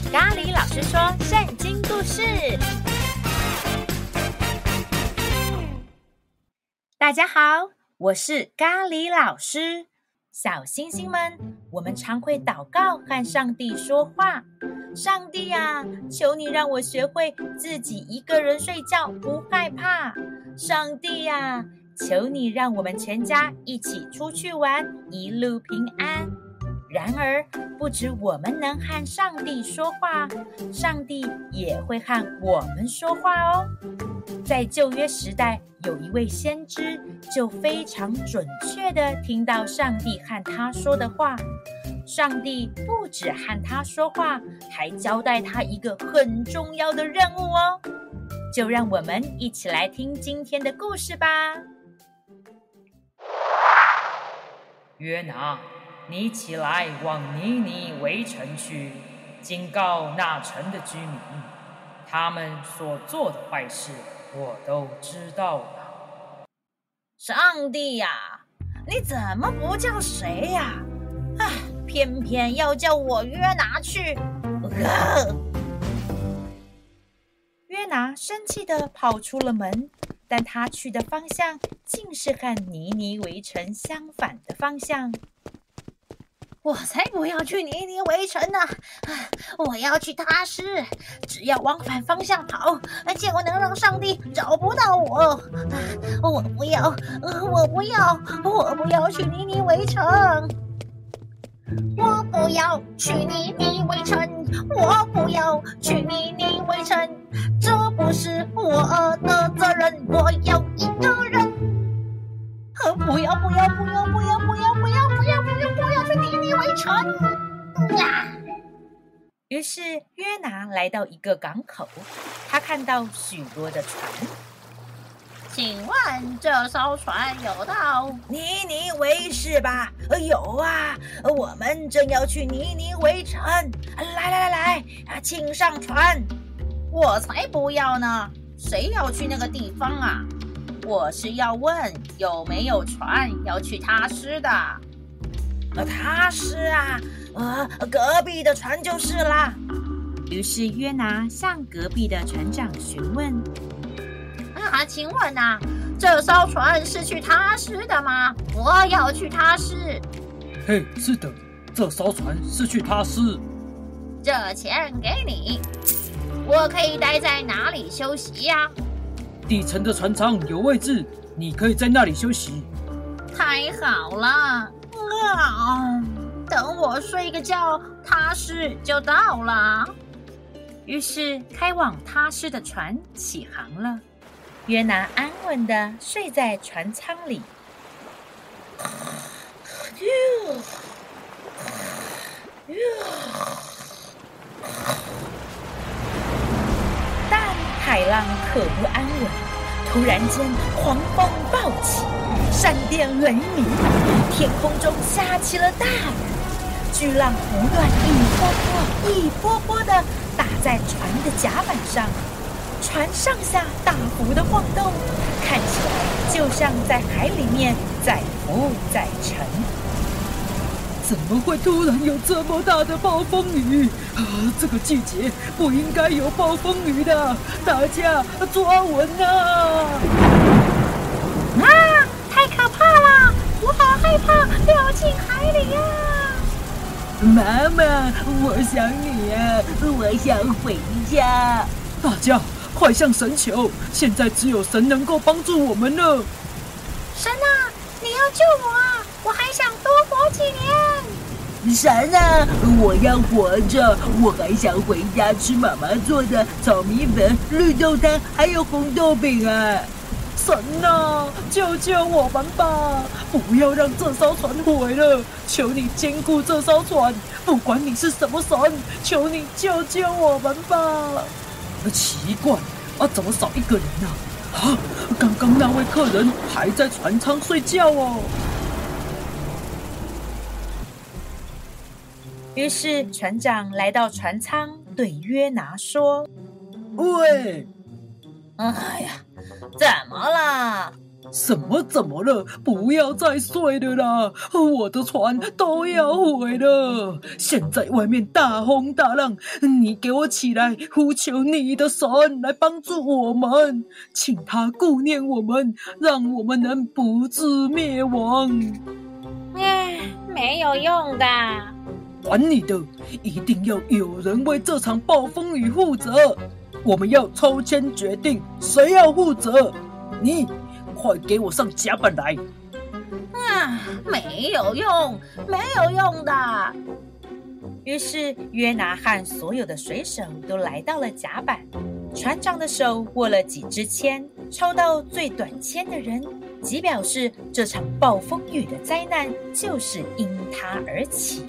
咖喱老师说圣经故事。大家好，我是咖喱老师。小星星们，我们常会祷告和上帝说话。上帝啊，求你让我学会自己一个人睡觉不害怕。上帝啊，求你让我们全家一起出去玩，一路平安。然而，不止我们能和上帝说话，上帝也会和我们说话哦。在旧约时代，有一位先知就非常准确地听到上帝和他说的话。上帝不止和他说话，还交代他一个很重要的任务哦。就让我们一起来听今天的故事吧。 约拿，你起来往尼尼微城去，警告那城的居民，他们所做的坏事我都知道了。 上帝呀，你怎么不叫谁呀？偏偏要叫我约拿去。约拿生气地跑出了门，但他去的方向竟是和尼尼微城相反的方向。我才不要去尼尼微城呢！我要去他施，只要往反方向跑，就能让上帝找不到我。我不要去尼尼微城！我不要去尼尼微城！我不要去尼尼微城！这不是我的责任，我要一个人。不要去尼尼微城呀！于是约拿来到一个港口，他看到许多的船。请问这艘船有到尼尼微是吧？有啊，我们正要去尼尼微城。来，请上船。我才不要呢！谁要去那个地方啊？我是要问有没有船要去他施的。他施啊？隔壁的船就是啦。于是约拿向隔壁的船长询问：请问啊，这艘船是去他施的吗？我要去他施。 嘿，是的，这艘船是去他施。 这钱给你，我可以待在哪里休息呀？ 底层的船舱有位置，你可以在那里休息。 太好了，等我睡个觉，他施就到了。于是开往他施的船起航了。约拿安稳地睡在船舱里。但海浪可不安稳，突然间狂风暴起，闪电雷鸣，天空中下起了大雨，巨浪不断一波波地打在船的甲板上，船上下大幅的晃动，看起来就像在海里面载浮载沉。 怎么会突然有这么大的暴风雨？这个季节不应该有暴风雨的，大家抓稳啊！ 太可怕了，我好害怕掉进海里呀！ 妈妈，我想你啊，我想回家。 大家快向神求，现在只有神能够帮助我们了。 神啊，你要救我啊！我还想多活几年。 神啊，我要活着，我还想回家吃妈妈做的炒米粉、绿豆汤还有红豆饼啊！ 神啊，救救我们吧！不要让这艘船毁了，求你坚固这艘船，不管你是什么神，求你救救我们吧！奇怪，怎么少一个人啊？刚刚那位客人还在船舱睡觉哦。 于是船长来到船舱，对约拿说： 喂， 怎么了？ 什么？怎么了？不要再睡了啦！我的船都要毁了，现在外面大风大浪，你给我起来，呼求你的神来帮助我们，请他顾念我们，让我们能不致灭亡。 没有用的。 管你的，一定要有人为这场暴风雨负责。我们要抽签决定谁要负责。你快给我上甲板来！ 没有用，没有用的。于是约拿和所有的水手都来到了甲板，船长的手握了几支签，抽到最短签的人，即表示这场暴风雨的灾难就是因他而起。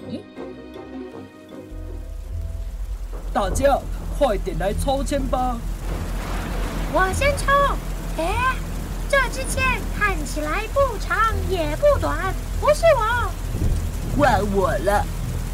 大家快点来抽签吧！ 我先抽。这支签看起来不长也不短，不是我。 换我了。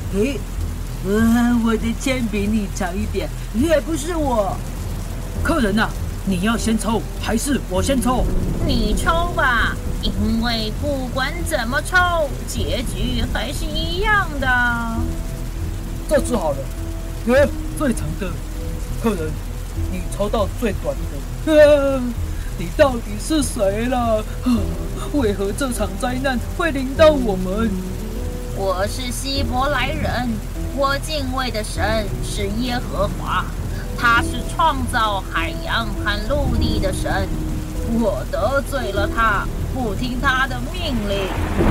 我的签比你长一点，也不是我。 客人啊，你要先抽还是我先抽？ 你抽吧，因为不管怎么抽，结局还是一样的。 这次好了，最长的。客人，你抽到最短的。你到底是谁了？为何这场灾难会临到我们？ 我是希伯来人，我敬畏的神是耶和华，他是创造海洋和陆地的神。我得罪了他，不听他的命令。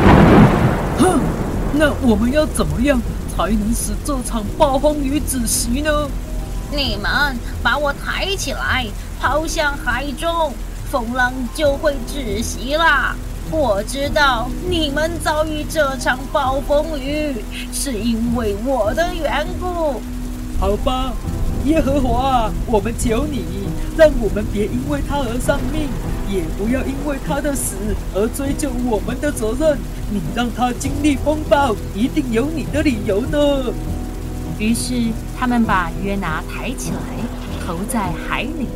那我们要怎么样才能使这场暴风雨止息呢？ 你们把我抬起来，抛向海中，风浪就会止息啦。我知道你们遭遇这场暴风雨，是因为我的缘故。 好吧，耶和华，我们求你，让我们别因为他而丧命，也不要因为他的死而追究我们的责任。你让他经历风暴，一定有你的理由的。 于是他们把约拿抬起来，投在海里。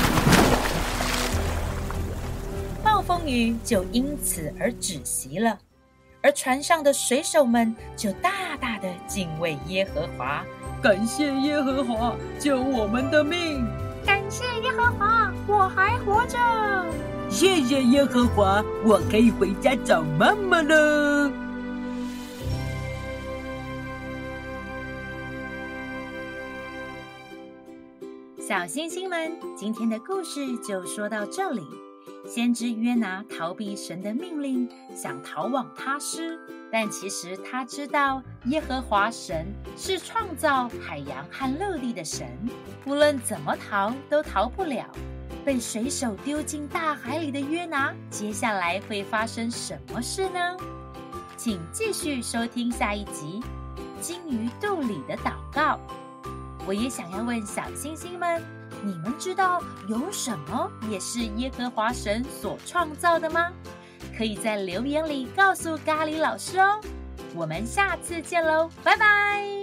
暴风雨就因此而止息了，而船上的水手们就大大的敬畏耶和华。 感谢耶和华救我们的命， 感谢耶和华，我还活着。 谢谢耶和华，我可以回家找妈妈了。 小星星们，今天的故事就说到这里。先知约拿逃避神的命令，想逃往他施，但其实他知道耶和华神是创造海洋和陆地的神，无论怎么逃都逃不了。被水手丢进大海里的约拿，接下来会发生什么事呢？请继续收听下一集《金鱼肚里的祷告》。我也想要问小星星们，你们知道有什么也是耶和华神所创造的吗？可以在留言里告诉咖喱老师哦。我们下次见喽，拜拜。